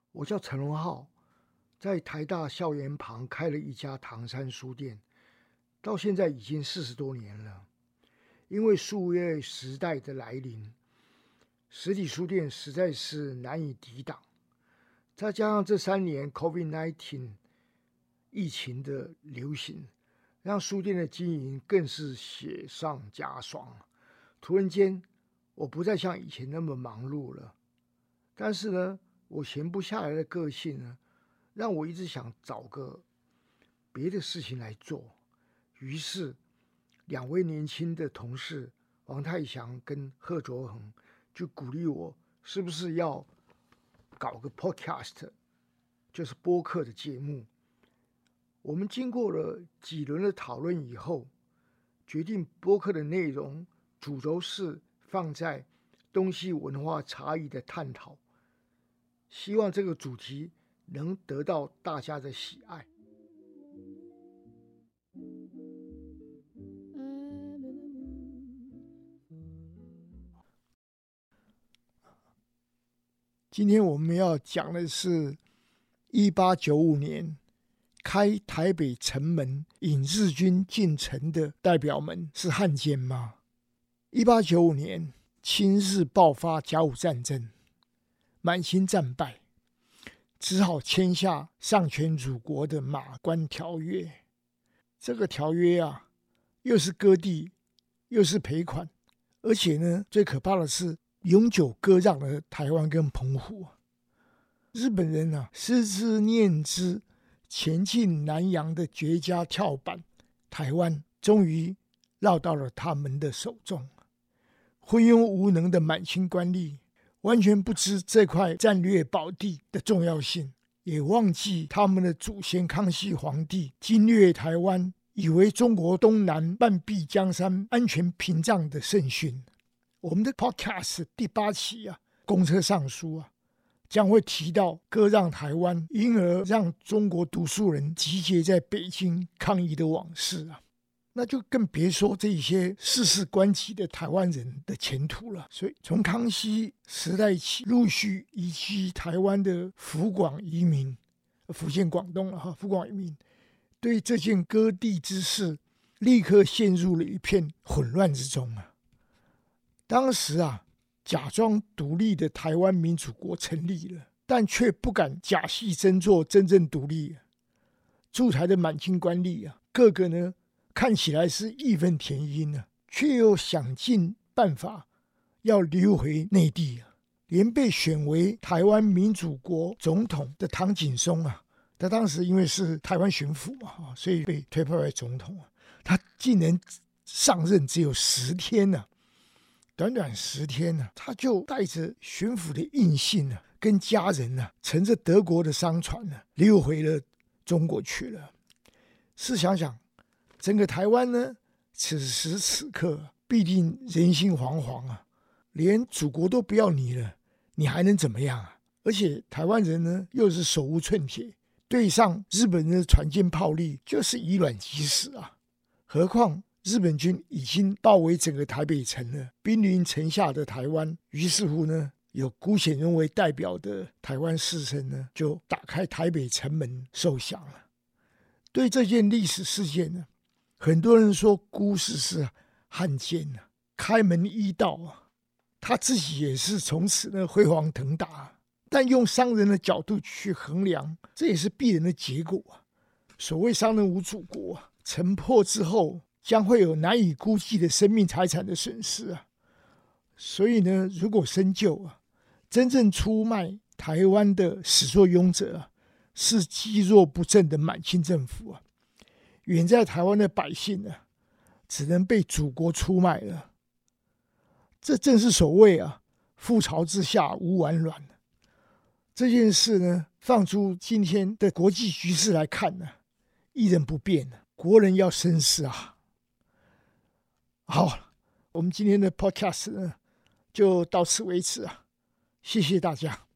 我叫陈荣浩，在台大校园旁开了一家唐山书店，到现在已经40多年了。因为数位时代的来临，实体书店实在是难以抵挡，再加上这3年 COVID-19 疫情的流行，让书店的经营更是雪上加霜。突然间，我不再像以前那么忙碌了，但是呢，我闲不下来的个性呢，让我一直想找个别的事情来做。于是2位年轻的同事王泰祥跟贺卓恒就鼓励我，是不是要搞个 podcast， 就是播客的节目。我们经过了几轮的讨论以后，决定播客的内容主轴是放在东西文化差异的探讨，希望这个主题能得到大家的喜爱。今天我们要讲的是1895年开台北城门引日军进城的代表们是汉奸吗？1895年清日爆发甲午战争，满清战败，只好签下丧权辱国的马关条约。这个条约啊，又是割地又是赔款，而且呢，最可怕的是永久割让了台湾跟澎湖。日本人啊，思之念之，前进南洋的绝佳跳板台湾终于落到了他们的手中。昏庸无能的满清官吏完全不知这块战略宝地的重要性，也忘记他们的祖先康熙皇帝经略台湾，以为中国东南半壁江山安全屏障的圣训。我们的 podcast 第8期啊，公车上书啊，将会提到割让台湾，因而让中国读书人集结在北京抗议的往事啊，那就更别说这些世事关己的台湾人的前途了。所以从康熙时代起，陆续移居台湾的福广移民，福建广东了哈，福广移民对这件割地之事，立刻陷入了一片混乱之中啊。当时啊，假装独立的台湾民主国成立了，但却不敢假戏真做，真正独立。驻台的满清官吏啊，个个呢看起来是义愤填膺啊，却又想尽办法要溜回内地啊。连被选为台湾民主国总统的唐景崧啊，他当时因为是台湾巡抚嘛，所以被推派为总统啊。他竟然上任只有10天啊，短短10天呢，他就带着巡抚的印信呢，跟家人呢，乘着德国的商船呢，溜回了中国去了。试想想，整个台湾呢，此时此刻必定人心惶惶啊，连祖国都不要你了，你还能怎么样啊？而且台湾人呢，又是手无寸铁，对上日本人的船坚炮利，就是以卵击石啊。何况日本军已经包围整个台北城了，兵临城下的台湾，于是乎呢，有辜显荣为代表的台湾士绅呢，就打开台北城门受降了。对这件历史事件呢，很多人说辜氏是汉奸啊，开门一道啊，他自己也是从此呢辉煌腾达。但用商人的角度去衡量，这也是必然的结果啊。所谓商人无祖国啊，城破之后将会有难以估计的生命财产的损失啊！所以呢，如果深究啊，真正出卖台湾的始作俑者啊，是积弱不振的满清政府啊。远在台湾的百姓啊，只能被祖国出卖了。这正是所谓啊，覆巢之下无完卵。这件事呢，放出今天的国际局势来看呢，一人不变，国人要深思啊。好，我们今天的 podcast 呢，就到此为止啊，谢谢大家。